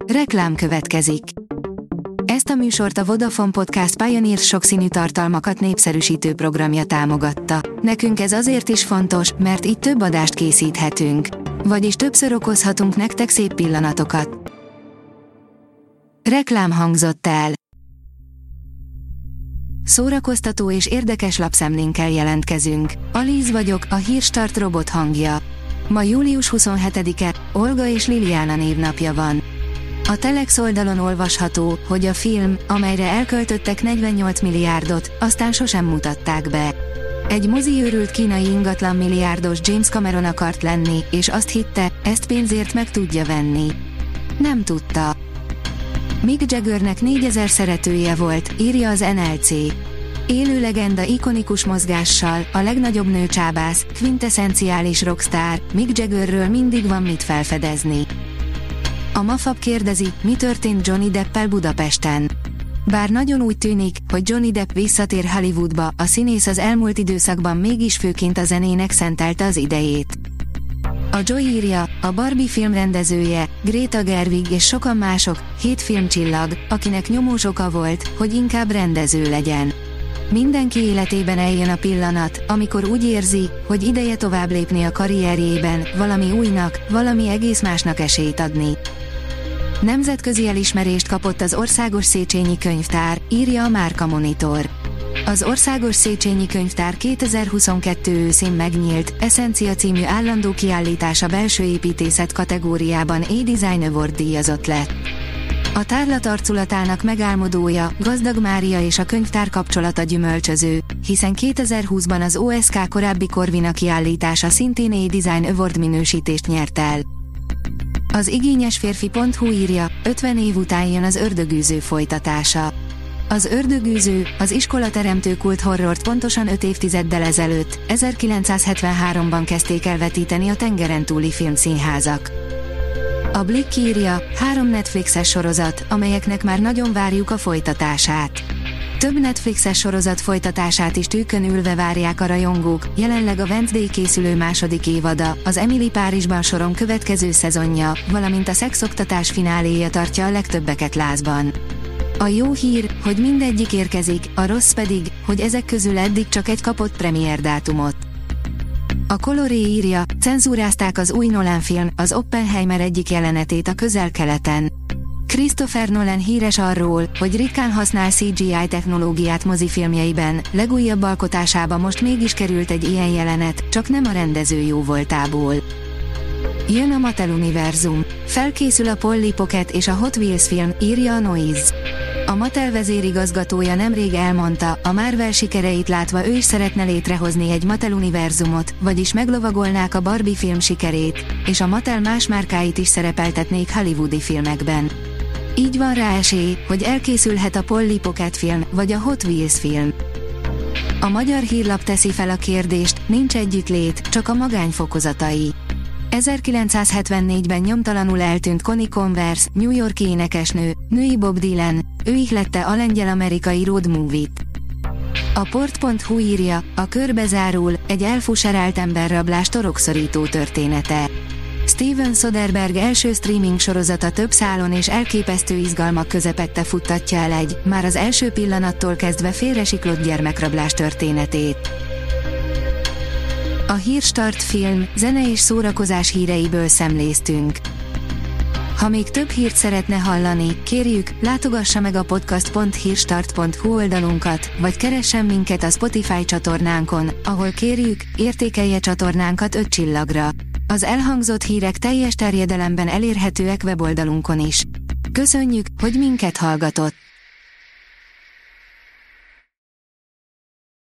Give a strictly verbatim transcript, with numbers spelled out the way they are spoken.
Reklám következik. Ezt a műsort a Vodafone Podcast Pioneer sokszínű tartalmakat népszerűsítő programja támogatta. Nekünk ez azért is fontos, mert így több adást készíthetünk. Vagyis többször okozhatunk nektek szép pillanatokat. Reklám hangzott el. Szórakoztató és érdekes lapszemlénkkel jelentkezünk. Alíz vagyok, a Hírstart robot hangja. Ma július huszonhetedike, Olga és Liliana névnapja van. A Telex oldalon olvasható, hogy a film, amelyre elköltöttek negyvennyolc milliárdot, aztán sosem mutatták be. Egy moziőrült kínai ingatlan milliárdos James Cameron akart lenni, és azt hitte, ezt pénzért meg tudja venni. Nem tudta. Mick Jaggernek négyezer szeretője volt, írja az en el cé. Élő legenda ikonikus mozgással, a legnagyobb nőcsábász, quintesszenciális rockstar, Mick Jaggerről mindig van mit felfedezni. A Mafab kérdezi, mi történt Johnny Deppel Budapesten. Bár nagyon úgy tűnik, hogy Johnny Depp visszatér Hollywoodba, a színész az elmúlt időszakban mégis főként a zenének szentelte az idejét. A Joy írja, a Barbie film rendezője, Greta Gerwig és sokan mások, hét filmcsillag, akinek nyomós oka volt, hogy inkább rendező legyen. Mindenki életében eljön a pillanat, amikor úgy érzi, hogy ideje tovább lépni a karrierjében, valami újnak, valami egész másnak esélyt adni. Nemzetközi elismerést kapott az Országos Széchenyi Könyvtár, írja a Márka Monitor. Az Országos Széchenyi Könyvtár kétezer-huszonkettő őszén megnyílt, Essencia című állandó kiállítása belső építészet kategóriában A-Design Award díjazott lett. A tárlat arculatának megálmodója, Gazdag Mária és a könyvtár kapcsolata gyümölcsöző, hiszen kétezer-húszban az o es ká korábbi Corvina kiállítása szintén A-Design Award minősítést nyert el. Az igényes férfi pont hu írja, ötven év után jön az Ördögűző folytatása. Az Ördögűző, az iskolateremtő kult horrort pontosan öt évtizeddel ezelőtt, ezerkilencszázhetvenháromban kezdték el vetíteni a tengeren túli filmszínházak. A Blick írja, három Netflixes sorozat, amelyeknek már nagyon várjuk a folytatását. Több Netflixes sorozat folytatását is tűkön ülve várják a rajongók, jelenleg a Wednesday készülő második évada, az Emily Párizsban soron következő szezonja, valamint a szexoktatás fináléja tartja a legtöbbeket lázban. A jó hír, hogy mindegyik érkezik, a rossz pedig, hogy ezek közül eddig csak egy kapott premier dátumot. A Coloré írja, cenzúrázták az új Nolan film, az Oppenheimer egyik jelenetét a Közel-Keleten. Christopher Nolan híres arról, hogy ritkán használ cé gé í technológiát mozifilmjeiben, legújabb alkotásába most mégis került egy ilyen jelenet, csak nem a rendező jó voltából. Jön a Mattel univerzum. Felkészül a Polly Pocket és a Hot Wheels film, írja a Noise. A Mattel vezérigazgatója nemrég elmondta, a Marvel sikereit látva ő is szeretne létrehozni egy Mattel univerzumot, vagyis meglovagolnák a Barbie film sikerét, és a Mattel más márkáit is szerepeltetnék hollywoodi filmekben. Így van rá esély, hogy elkészülhet a Polly Pocket film, vagy a Hot Wheels film. A Magyar Hírlap teszi fel a kérdést, nincs együttlét, csak a magány fokozatai. ezerkilencszázhetvennégyben nyomtalanul eltűnt Connie Converse, New York-i énekesnő, női Bob Dylan, ő ihlette a lengyel-amerikai road movie-t. A port pont hu írja, a körbe zárul, egy elfuserált emberrablás torokszorító története. Steven Soderbergh első streaming sorozata több szálon és elképesztő izgalmak közepette futtatja el egy, már az első pillanattól kezdve félresiklott gyermekrablás történetét. A Hírstart film, zene és szórakozás híreiből szemléztünk. Ha még több hírt szeretne hallani, kérjük, látogassa meg a podcast pont hírstart pont hu oldalunkat, vagy keressen minket a Spotify csatornánkon, ahol kérjük, értékelje csatornánkat öt csillagra. Az elhangzott hírek teljes terjedelemben elérhetőek weboldalunkon is. Köszönjük, hogy minket hallgatott!